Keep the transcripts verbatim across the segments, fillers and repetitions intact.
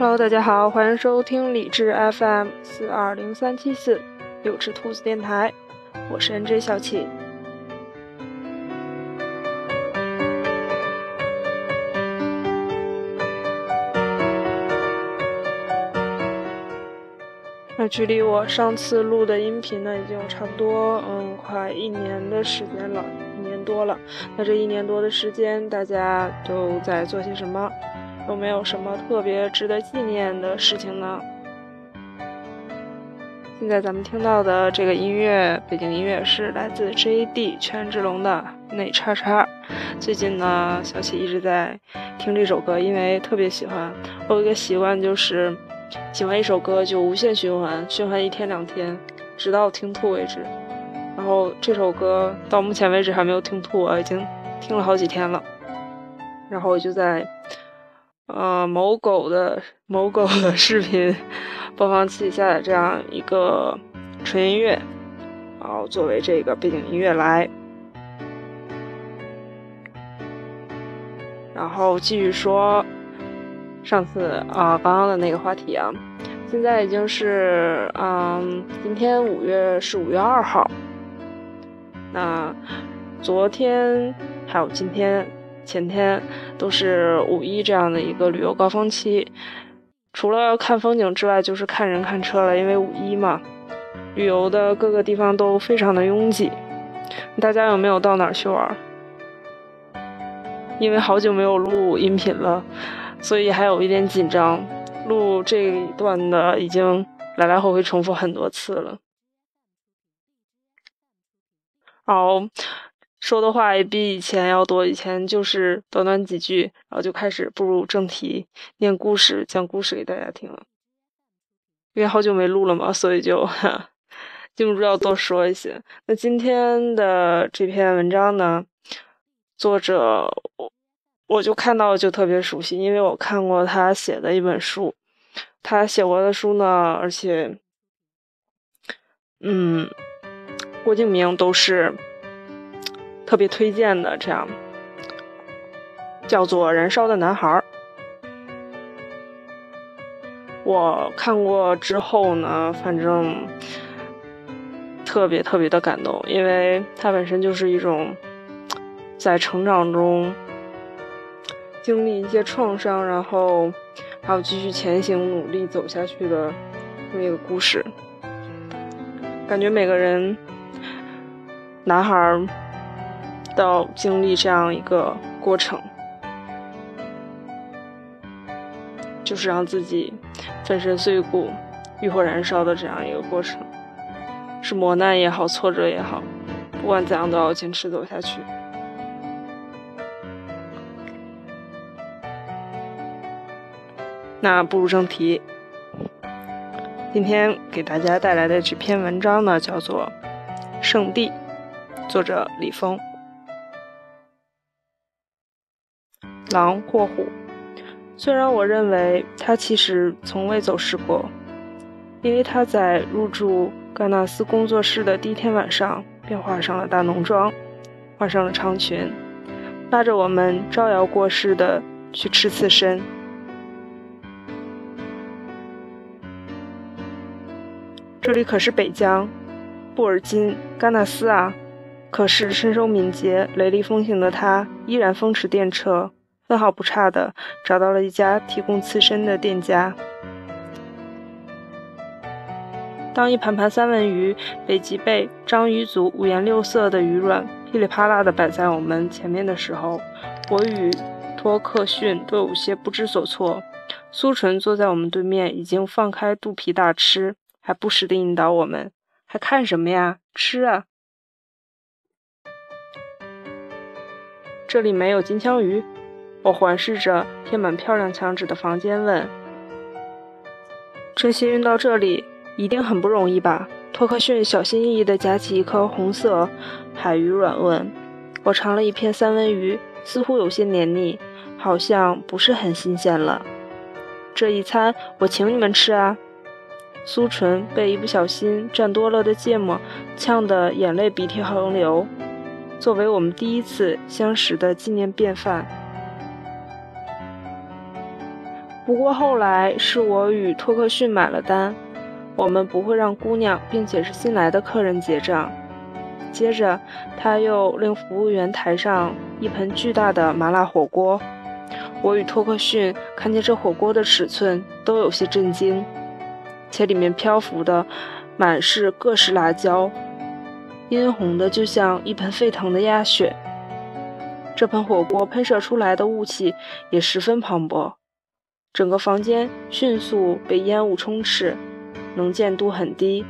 Hello， 大家好，欢迎收听理智 F M 四二零三七四六只兔子电台，我是 N J 小启。那距离我上次录的音频呢，已经有差不多嗯快一年的时间了，一年多了。那这一年多的时间，大家都在做些什么？有没有什么特别值得纪念的事情呢？现在咱们听到的这个音乐，背景音乐是来自 J D 权志龙的内叉叉。最近呢，小启一直在听这首歌，因为特别喜欢。我有一个习惯，就是喜欢一首歌就无限循环，循环一天两天，直到听吐为止。然后这首歌到目前为止还没有听吐，我已经听了好几天了。然后我就在呃某狗的某狗的视频播放器下载这样一个纯音乐，然后作为这个背景音乐来。然后继续说上次啊、呃、刚刚的那个话题啊，现在已经是嗯今天五月是五月二号，那昨天还有今天前天都是五一这样的一个旅游高峰期，除了看风景之外就是看人看车了，因为五一嘛，旅游的各个地方都非常的拥挤。大家有没有到哪儿去玩？因为好久没有录音频了，所以还有一点紧张，录这一段的已经来来回回重复很多次了。好，说的话也比以前要多，以前就是短短几句，然后就开始步入正题，念故事，讲故事给大家听了。因为好久没录了嘛，所以就禁不住要多说一些。那今天的这篇文章呢，作者我就看到就特别熟悉，因为我看过他写的一本书，他写过的书呢，而且嗯郭敬明都是特别推荐的，这样叫做《燃烧的男孩》。我看过之后呢，反正特别特别的感动，因为它本身就是一种在成长中经历一些创伤，然后还有继续前行努力走下去的这么一个故事。感觉每个人男孩都要经历这样一个过程，就是让自己粉身碎骨欲火燃烧的这样一个过程，是磨难也好，挫折也好，不管怎样都要坚持走下去。那步入正题，今天给大家带来的这篇文章呢，叫做《圣地》，作者李峰。狼或虎，虽然我认为他其实从未走失过，因为他在入住甘纳斯工作室的第一天晚上便画上了大浓妆，换上了长裙，拉着我们招摇过市的去吃刺身。这里可是北疆，布尔津甘纳斯啊！可是身手敏捷、雷厉风行的他依然风驰电掣，分毫不差地找到了一家提供刺身的店家。当一盘盘三文鱼、北极贝、章鱼族五颜六色的鱼卵噼里啪啦地摆在我们前面的时候，我与托克逊都有些不知所措。苏纯坐在我们对面，已经放开肚皮大吃，还不时地引导我们：“还看什么呀？吃啊！”这里没有金枪鱼？我环视着贴满漂亮墙纸的房间问。这些运到这里一定很不容易吧？托克逊小心翼翼地夹起一颗红色海鱼卵问。我尝了一片三文鱼，似乎有些黏腻，好像不是很新鲜了。这一餐我请你们吃啊！苏纯被一不小心蘸多了的芥末呛得眼泪鼻涕横流。作为我们第一次相识的纪念便饭， 不过后来是我与托克逊买了单，我们不会让姑娘并且是新来的客人结账。接着他又令服务员抬上一盆巨大的麻辣火锅，我与托克逊看见这火锅的尺寸都有些震惊，且里面漂浮的满是各式辣椒，殷红的就像一盆沸腾的鸭血。这盆火锅喷射出来的雾气也十分磅礴，整个房间迅速被烟雾充斥，能见度很低。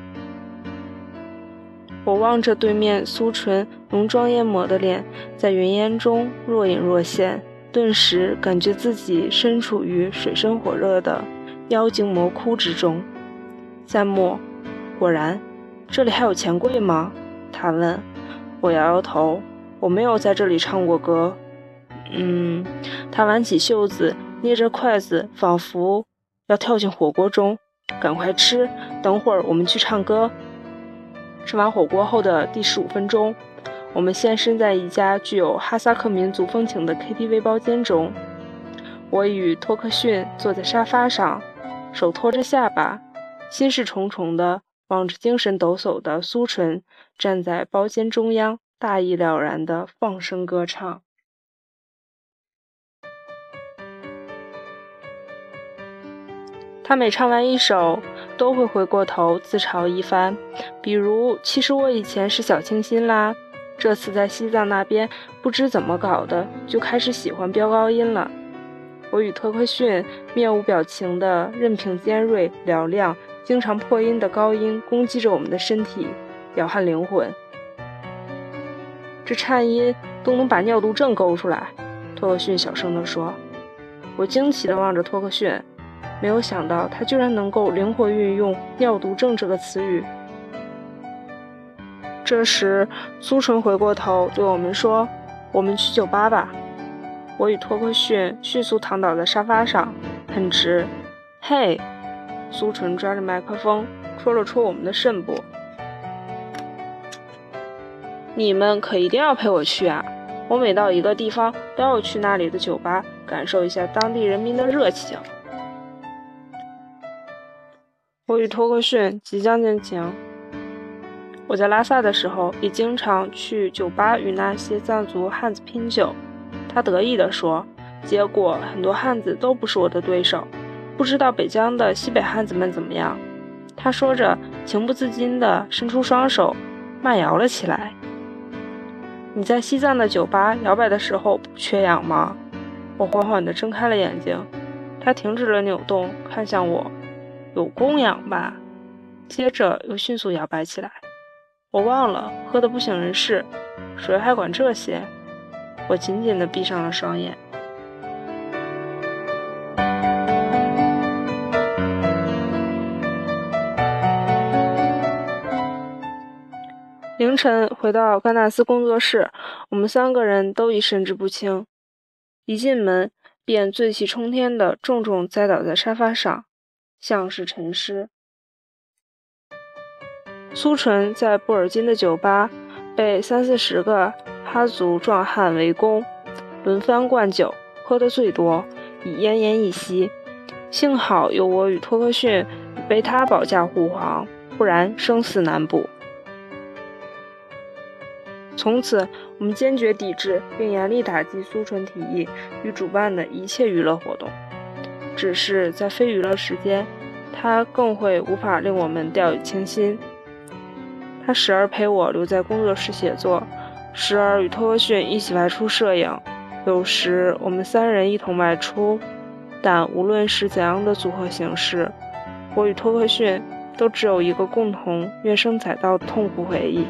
我望着对面苏纯浓妆艳抹的脸，在云烟中若隐若现，顿时感觉自己身处于水深火热的妖精魔窟之中。三木，果然，这里还有钱柜吗？他问。我摇摇头，我没有在这里唱过歌。嗯，他挽起袖子，捏着筷子，仿佛要跳进火锅中。赶快吃，等会儿我们去唱歌。吃完火锅后的第十五分钟，我们现身在一家具有哈萨克民族风情的 K T V 包间中。我与托克逊坐在沙发上，手托着下巴，心事重重地望着精神抖擞的苏纯站在包间中央，大意了然地放声歌唱。他每唱完一首都会回过头自嘲一番，比如其实我以前是小清新啦，这次在西藏那边不知怎么搞的就开始喜欢飙高音了。我与特克逊面无表情的任凭尖锐嘹亮经常破音的高音攻击着我们的身体，摇撼灵魂。这颤音都能把尿毒症勾出来，托克逊小声地说。我惊奇地望着托克逊，没有想到他居然能够灵活运用尿毒症这个词语。这时苏纯回过头对我们说，我们去酒吧吧。我与托克逊迅速躺倒在沙发上，很直。嘿，苏纯抓着麦克风戳了戳我们的肾部。你们可一定要陪我去啊，我每到一个地方都要去那里的酒吧感受一下当地人民的热情。我与托克逊即将进行。我在拉萨的时候也经常去酒吧与那些藏族汉子拼酒，他得意地说，结果很多汉子都不是我的对手，不知道北疆的西北汉子们怎么样。他说着情不自禁地伸出双手慢摇了起来。你在西藏的酒吧摇摆的时候不缺氧吗？我缓缓地睁开了眼睛，他停止了扭动，看向我，有供氧吧？接着又迅速摇摆起来。我忘了，喝得不省人事，谁还管这些？我紧紧地闭上了双眼。凌晨回到甘纳斯工作室，我们三个人都已神志不清，一进门便醉气冲天地重重栽倒在沙发上，像是沉尸。苏纯在布尔津的酒吧被三四十个哈族壮汉围攻，轮番灌酒，喝得最多，已奄奄一息。幸好有我与托克逊被他保驾护航，不然生死难卜。从此我们坚决抵制并严厉打击苏纯提议与主办的一切娱乐活动，只是在非娱乐时间，他更会无法令我们掉以轻心。他时而陪我留在工作室写作，时而与托克逊一起外出摄影，有时我们三人一同外出，但无论是怎样的组合形式，我与托克逊都只有一个共同怨声载道的痛苦回忆。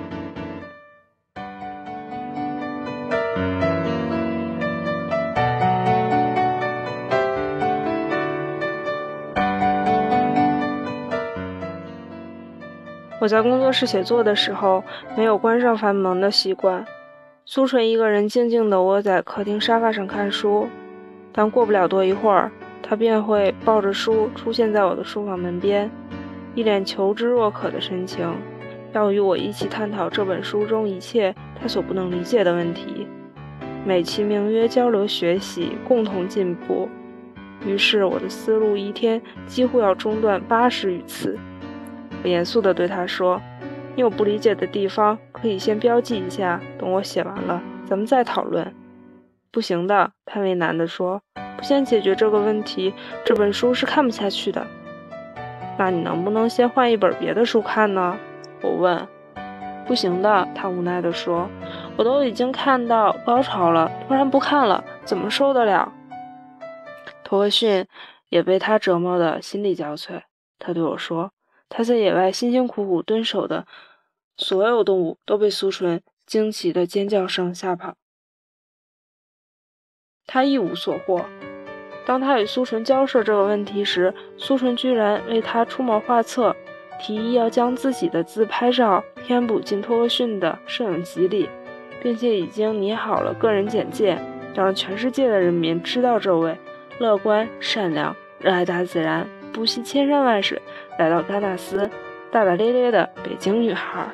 我在工作室写作的时候，没有关上房门的习惯。苏纯一个人静静地窝在客厅沙发上看书，但过不了多一会儿，他便会抱着书出现在我的书房门边，一脸求知若渴的神情，要与我一起探讨这本书中一切他所不能理解的问题，美其名曰交流学习，共同进步。 于是我的思路一天几乎要中断八十余次。我严肃地对他说：“你有不理解的地方，可以先标记一下，等我写完了，咱们再讨论。”不行的，他为难地说，不先解决这个问题，这本书是看不下去的。那你能不能先换一本别的书看呢？我问。不行的，他无奈地说，我都已经看到高潮了，突然不看了，怎么受得了？托克逊也被他折磨得心力交瘁。他对我说，他在野外辛辛苦苦蹲守的所有动物都被苏纯惊奇的尖叫声吓跑。他一无所获。当他与苏纯交涉这个问题时，苏纯居然为他出谋划策，提议要将自己的自拍照填补进托克逊的摄影集里，并且已经拟好了个人简介，要让全世界的人民知道这位乐观、善良、热爱大自然、不惜千山万水来到喀纳斯大大咧咧的北京女孩。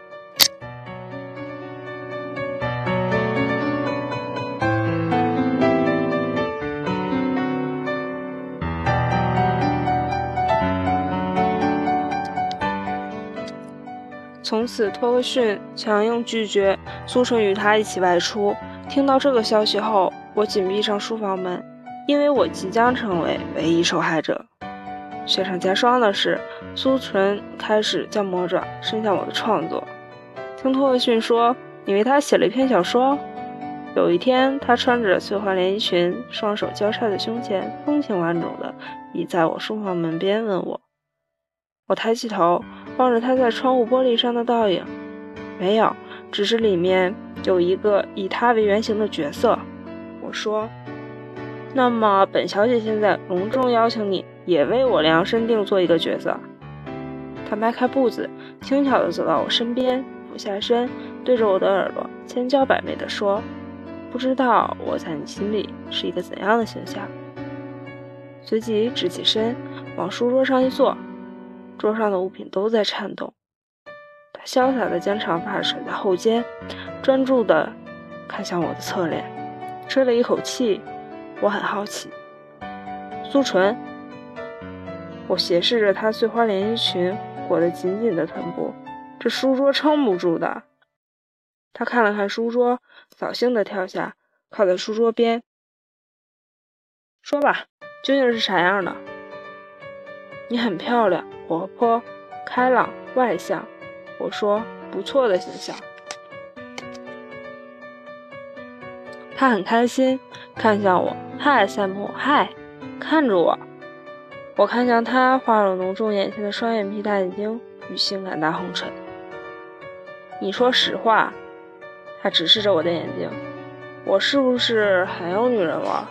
从此，托克逊强硬拒绝苏纯与他一起外出。听到这个消息后，我紧闭上书房门，因为我即将成为唯一受害者。雪上加霜的是，苏纯开始将魔爪伸向我的创作。听托克逊说，你为他写了一篇小说。有一天，他穿着碎花连衣裙，双手交叉在胸前，风情万种的倚在我书房门边问我。我抬起头，望着他在窗户玻璃上的倒影。没有，只是里面有一个以他为原型的角色。我说，那么本小姐现在隆重邀请你也为我量身定做一个角色。他迈开步子，轻巧地走到我身边，俯下身，对着我的耳朵千娇百媚地说，不知道我在你心里是一个怎样的形象。随即直起身，往书桌上一坐，桌上的物品都在颤动。他潇洒地将长发甩在后肩，专注地看向我的侧脸，吹了一口气。我很好奇。苏纯，我斜视着她碎花连衣裙裹得紧紧的臀部，这书桌撑不住的。他看了看书桌，扫兴地跳下，靠在书桌边。说吧，究竟是啥样的？你很漂亮，活泼、开朗、外向。我说，不错的形象。他很开心，看向我，嗨，赛姆，嗨，看着我。我看向他画了浓重眼线的双眼皮大眼睛与性感大红唇。你说实话。他直视着我的眼睛，我是不是很有女人味？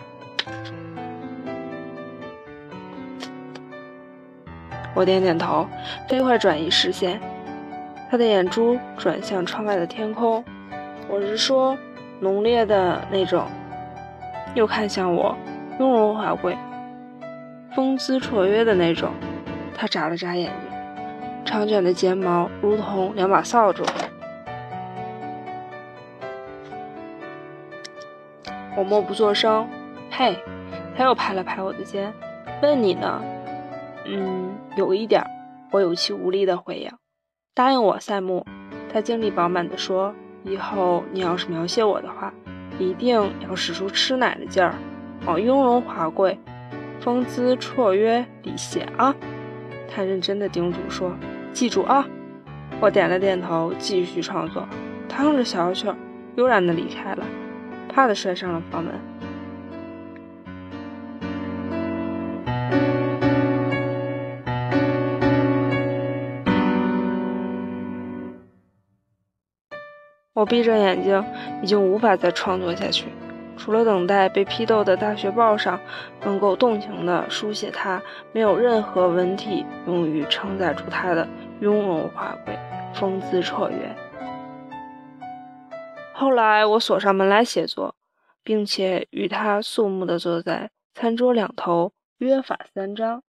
我点点头，飞快转移视线。他的眼珠转向窗外的天空，我是说浓烈的那种。又看向我，雍容华贵、风姿绰约的那种。他眨了眨眼睛，长卷的睫毛如同两把扫帚。我默不作声。嘿，他又拍了拍我的肩，问你呢？嗯，有一点。我有气无力地回应。答应我，赛穆。他精力饱满地说，以后你要是描写我的话，一定要使出吃奶的劲儿，往雍容华贵、风姿绰约里写啊。他认真地叮嘱说，记住啊。我点了点头，继续创作。他哼着小曲，悠然地离开了，啪地摔上了房门。我闭着眼睛，已经无法再创作下去，除了等待被批斗的大学报上能够动情地书写他没有任何文体用于承载住他的雍容华贵、风姿绰约。后来我锁上门来写作，并且与他肃穆地坐在餐桌两头，约法三章。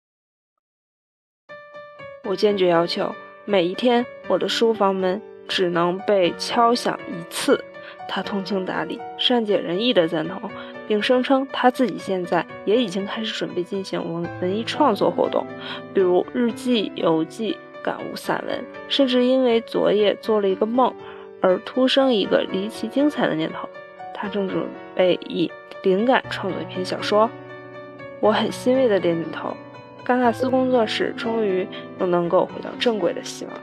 我坚决要求，每一天我的书房门只能被敲响一次， 他通情达理、善解人意的赞同，并声称他自己现在也已经开始准备进行文文艺创作活动，比如日记、游记、感悟散文，甚至因为昨夜做了一个梦而突生一个离奇精彩的念头。他正准备以灵感创作一篇小说。我很欣慰地点点头。戛纳斯工作室终于又能够回到正轨的希望。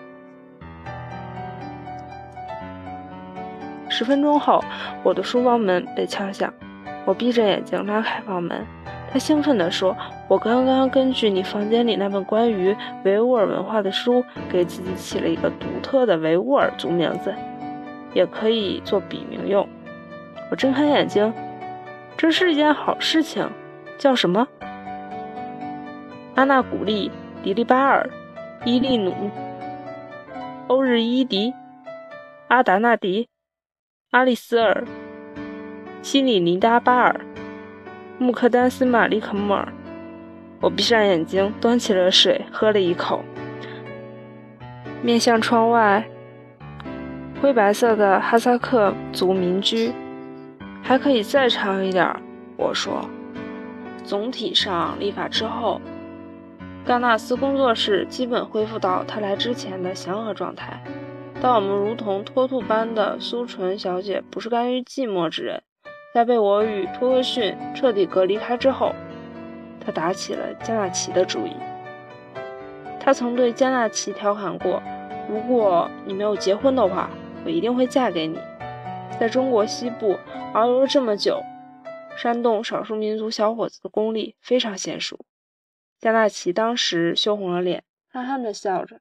十分钟后，我的书房门被敲响，我闭着眼睛拉开房门。他兴奋地说：“我刚刚根据你房间里那本关于维吾尔文化的书，给自己起了一个独特的维吾尔族名字，也可以做笔名用。”我睁开眼睛，这是一件好事情。叫什么？阿纳古利、迪利巴尔、伊利努、欧日伊迪、阿达纳迪、阿利斯尔、西里尼达巴尔、穆克丹斯马利克穆尔。我闭上眼睛，端起了水，喝了一口。面向窗外，灰白色的哈萨克族民居。还可以再长一点，我说。总体上，立法之后，戛纳斯工作室基本恢复到他来之前的祥和状态。当我们如同脱兔般的苏纯小姐不是甘于寂寞之人，在被我与托克逊彻底隔离开之后，他打起了加纳奇的主意。他曾对加纳奇调侃过：“如果你没有结婚的话，我一定会嫁给你。”在中国西部遨游了这么久，煽动少数民族小伙子的功力非常娴熟。加纳奇当时羞红了脸，憨憨地笑着。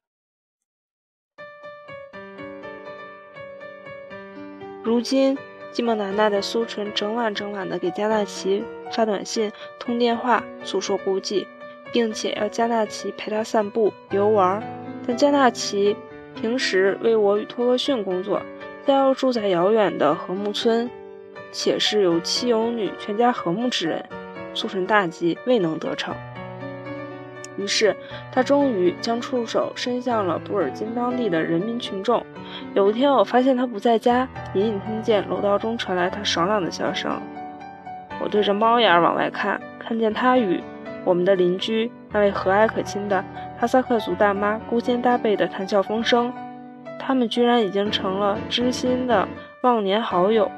如今寂寞难耐的苏纯整晚整晚地给加纳奇发短信、通电话，诉说孤寂，并且要加纳奇陪他散步、游玩。但加纳奇平时为我与托克逊工作，再要住在遥远的和睦村，且是有妻有女、全家和睦之人，苏纯大急，未能得逞。于是他终于将触手伸向了布尔津当地的人民群众。有一天我发现他不在家，隐隐听见楼道中传来他爽朗的笑声。我对着猫眼往外看，看见他与我们的邻居那位和蔼可亲的哈萨克族大妈勾肩搭背的谈笑风生，他们居然已经成了知心的忘年好友。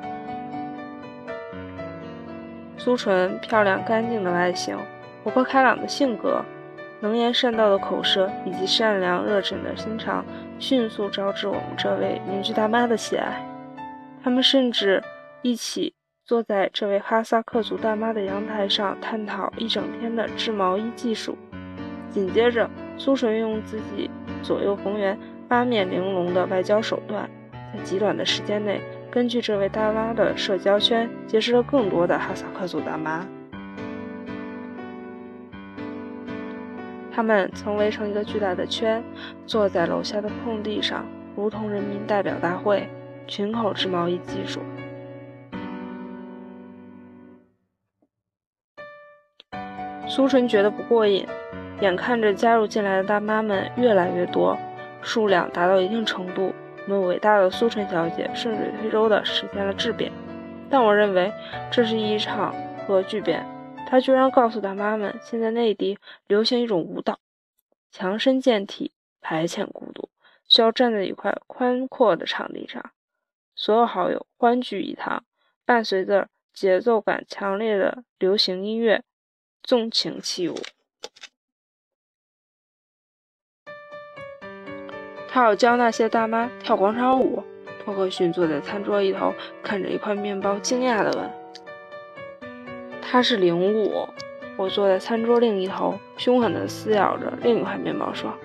苏纯漂亮干净的外形，活泼开朗的性格，能言善道的口舌，以及善良热忱的心肠，迅速招致我们这位邻居大妈的喜爱。他们甚至一起坐在这位哈萨克族大妈的阳台上探讨一整天的织毛衣技术。紧接着，苏纯用自己左右逢源、八面玲珑的外交手段，在极短的时间内，根据这位大妈的社交圈，结识了更多的哈萨克族大妈。他们曾围成一个巨大的圈，坐在楼下的空地上，如同人民代表大会，群口织毛衣技术。苏纯觉得不过瘾，眼看着加入进来的大妈们越来越多，数量达到一定程度，我们伟大的苏纯小姐顺水推舟地实现了质变。但我认为这是一场核聚变。她居然告诉大妈们，现在内地流行一种舞蹈，强身健体，排遣孤独，需要站在一块宽阔的场地上，所有好友欢聚一堂，伴随着节奏感强烈的流行音乐，纵情起舞。他要教那些大妈跳广场舞。托克逊坐在餐桌一头，看着一块面包，惊讶地问：“他是领舞？”我坐在餐桌另一头，凶狠地撕咬着另一块面包，说：“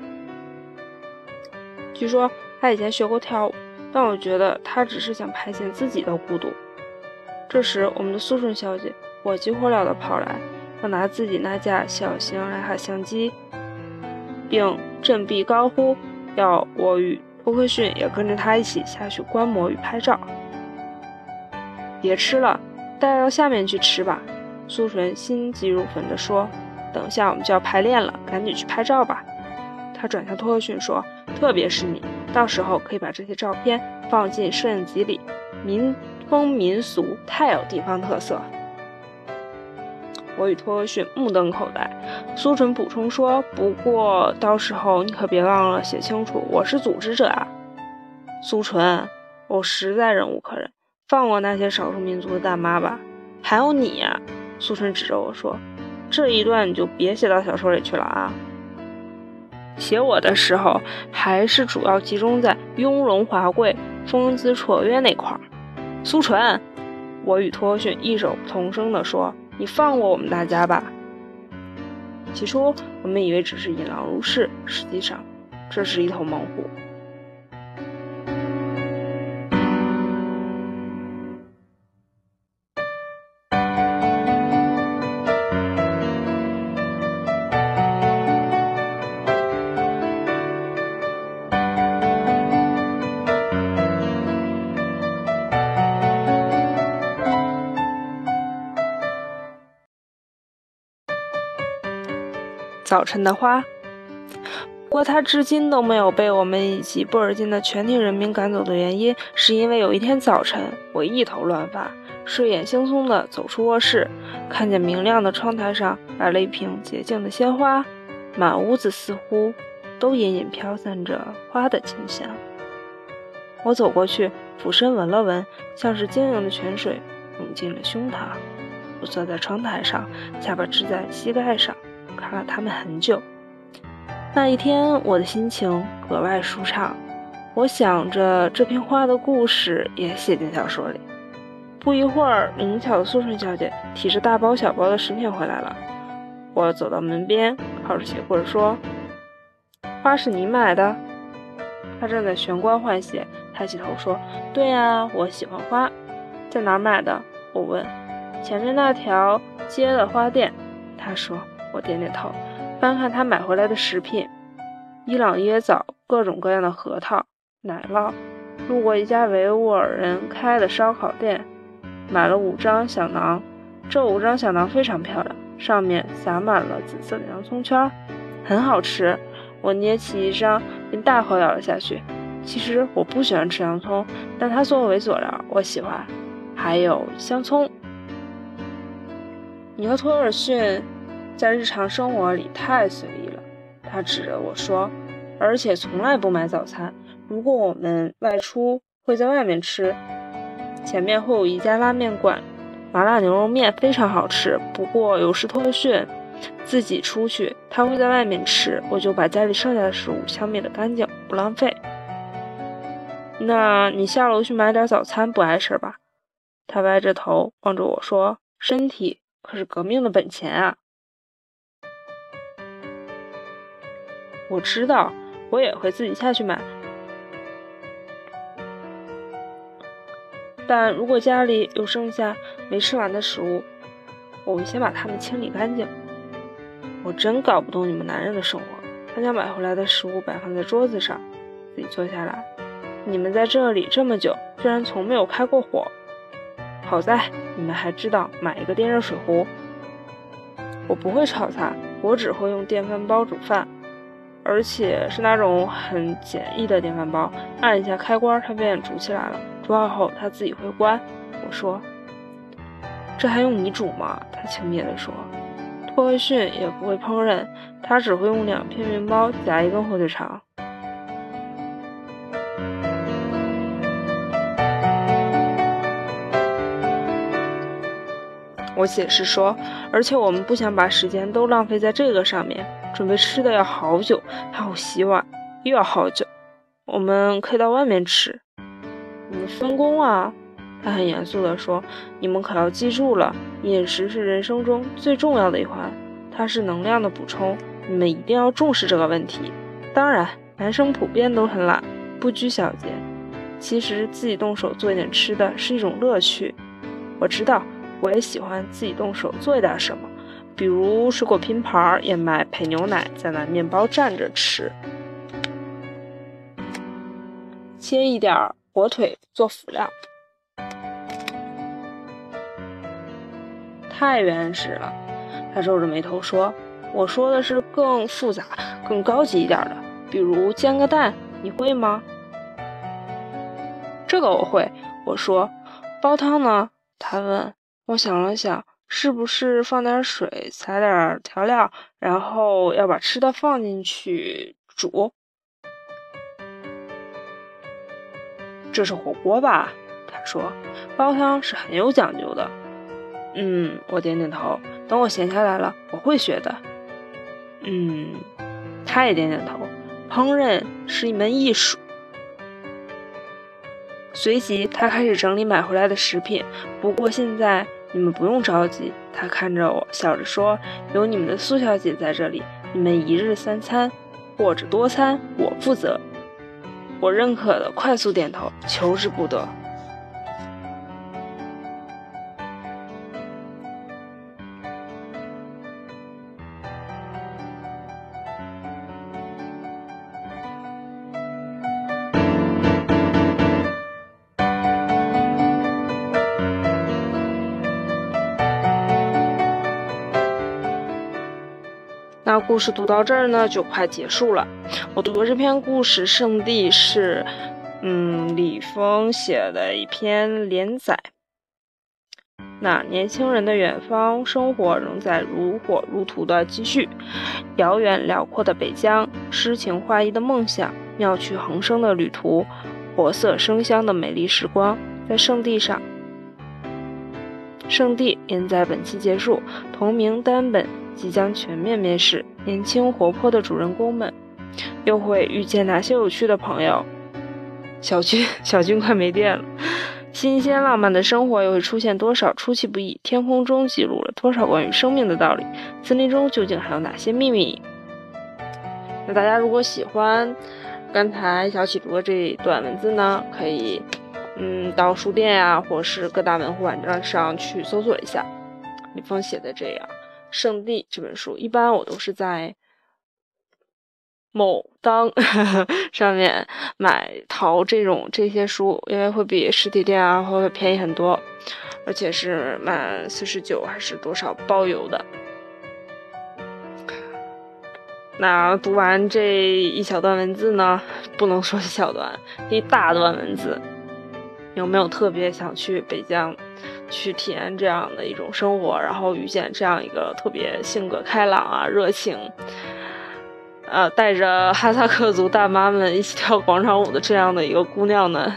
据说他以前学过跳舞，但我觉得他只是想排遣自己的孤独。”这时，我们的苏纯小姐火急火燎地跑来，要拿自己那架小型徕卡相机，并振臂高呼，要我与托克逊也跟着他一起下去观摩与拍照。别吃了，带到下面去吃吧。苏纯心急如焚地说：“等下我们就要排练了，赶紧去拍照吧。”他转向托克逊说：“特别是你，到时候可以把这些照片放进摄影集里。” 民风民俗，太有地方特色。我与托克逊目瞪口呆。苏纯补充说，不过到时候你可别忘了写清楚我是组织者啊。苏纯，我实在忍无可忍，放过那些少数民族的大妈吧。还有你呀、啊，苏纯指着我说，这一段你就别写到小说里去了啊。写我的时候还是主要集中在雍容华贵、风姿绰约那块儿。苏纯，我与托克逊异口同声地说，你放过我们大家吧。起初我们以为只是引狼入室，实际上这是一头猛虎。早晨的花，不过它至今都没有被我们以及布尔津的全体人民赶走的原因，是因为有一天早晨，我一头乱发，睡眼惺忪地走出卧室，看见明亮的窗台上摆了一瓶洁净的鲜花，满屋子似乎都隐隐飘散着花的清香。我走过去，俯身闻了闻，像是晶莹的泉水涌进了胸膛。我坐在窗台上，下巴支在膝盖上，看了它们很久。那一天我的心情格外舒畅，我想着这片花的故事也写进小说里。不一会儿，灵巧的苏纯小姐提着大包小包的食品回来了。我走到门边，靠着鞋柜说，花是你买的？她正在玄关换鞋，抬起头说，对呀，我喜欢花。在哪儿买的？我问。前面那条街的花店。她说。我点点头，翻看他买回来的食品，伊朗椰枣，各种各样的核桃、奶酪。路过一家维吾尔人开的烧烤店，买了五张小馕。这五张小馕非常漂亮，上面撒满了紫色的洋葱圈，很好吃。我捏起一张并大口咬了下去。其实我不喜欢吃洋葱，但它作为佐料我喜欢。还有香葱。你和托尔逊在日常生活里太随意了，他指着我说，而且从来不买早餐。如果我们外出，会在外面吃。前面会有一家拉面馆，麻辣牛肉面非常好吃。不过有时托克逊自己出去，他会在外面吃，我就把家里剩下的食物消灭得干净，不浪费。那你下楼去买点早餐不碍事吧？他歪着头望着我说，身体可是革命的本钱啊。我知道，我也会自己下去买。但如果家里有剩下没吃完的食物，我会先把它们清理干净。我真搞不懂你们男人的生活。他将买回来的食物摆放在桌子上，自己坐下来。你们在这里这么久，居然从没有开过火。好在你们还知道买一个电热水壶。我不会炒菜，我只会用电饭煲煮饭。而且是那种很简易的电饭煲，按一下开关它便煮起来了，煮好后它自己会关。我说，这还用你煮吗？他轻蔑地说。托克逊也不会烹饪，他只会用两片面包夹一根火腿肠。我解释说，而且我们不想把时间都浪费在这个上面，准备吃的要好久，还有洗碗又要好久，我们可以到外面吃。你们分工啊，他很严肃地说，你们可要记住了，饮食是人生中最重要的一环，它是能量的补充，你们一定要重视这个问题。当然，男生普遍都很懒，不拘小节，其实自己动手做一点吃的是一种乐趣。我知道，我也喜欢自己动手做一点什么，比如水果拼盘、燕麦配牛奶，再拿面包蘸着吃，切一点火腿做辅料。太原始了，他皱着眉头说，我说的是更复杂更高级一点的，比如煎个蛋，你会吗？这个我会， 我说：煲汤呢？他问。我想了想，是不是放点水，撒点调料，然后要把吃的放进去煮？这是火锅吧？他说。煲汤是很有讲究的。嗯，我点点头。等我闲下来了，我会学的。嗯，他也点点头。烹饪是一门艺术。随即他开始整理买回来的食品。不过现在你们不用着急，他看着我笑着说，有你们的苏小姐在这里，你们一日三餐或者多餐我负责。我认可的快速点头，求之不得。那故事读到这儿呢，就快结束了。我读的这篇故事《圣地》是，嗯，李峰写的一篇连载。那年轻人的远方生活仍在如火如荼的继续，遥远辽阔的北疆，诗情画意的梦想，妙趣横生的旅途，活色生香的美丽时光，在圣地上。圣地连载本期结束，同名单本即将全面面世，年轻活泼的主人公们又会遇见哪些有趣的朋友？小军，小军快没电了。新鲜浪漫的生活又会出现多少出其不意？天空中记录了多少关于生命的道理？森林中究竟还有哪些秘密？那大家如果喜欢刚才小启读的这一段文字呢，可以嗯到书店呀、啊，或是各大门户网站上去搜索一下李峰写的这样《圣地》这本书。一般我都是在某当上面买淘这种这些书，因为会比实体店啊会便宜很多，而且是满四十九还是多少包邮的。那读完这一小段文字呢，不能说一小段，一大段文字，有没有特别想去北疆去体验这样的一种生活，然后遇见这样一个特别性格开朗啊、热情呃，带着哈萨克族大妈们一起跳广场舞的这样的一个姑娘呢？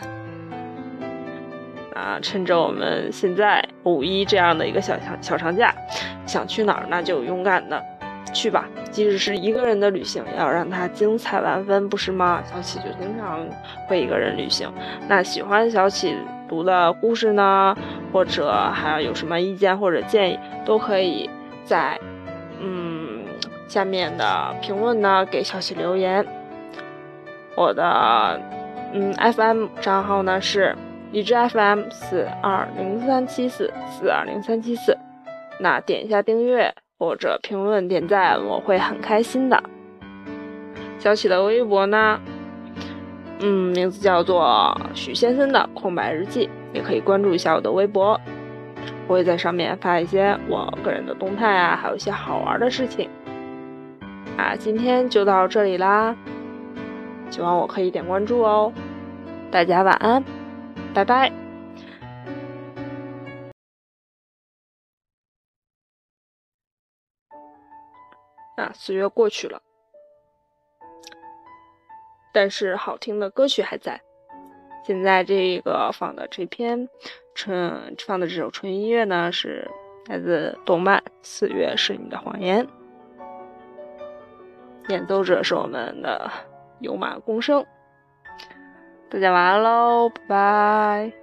啊，趁着我们现在五一这样的一个小小小长假，想去哪儿那就勇敢的去吧。即使是一个人的旅行，也要让它精彩万分，不是吗？小启就经常会一个人旅行。那喜欢小启读的故事呢，或者还有什么意见或者建议，都可以在嗯。下面的评论呢给小启留言。我的嗯 F M 账号呢是荔枝 F M 四二零三七四四二零三七四，那点一下订阅或者评论点赞，我会很开心的。小启的微博呢，嗯，名字叫做许先生的空白日记，也可以关注一下我的微博，我会在上面发一些我个人的动态啊，还有一些好玩的事情。啊，今天就到这里啦，希望我可以点关注哦。大家晚安，拜拜。啊，四月过去了，但是好听的歌曲还在。现在这个放的这篇纯放的这首纯音乐呢，是来自动漫《四月是你的谎言》。演奏者是我们的有马公生，大家晚安喽，拜拜。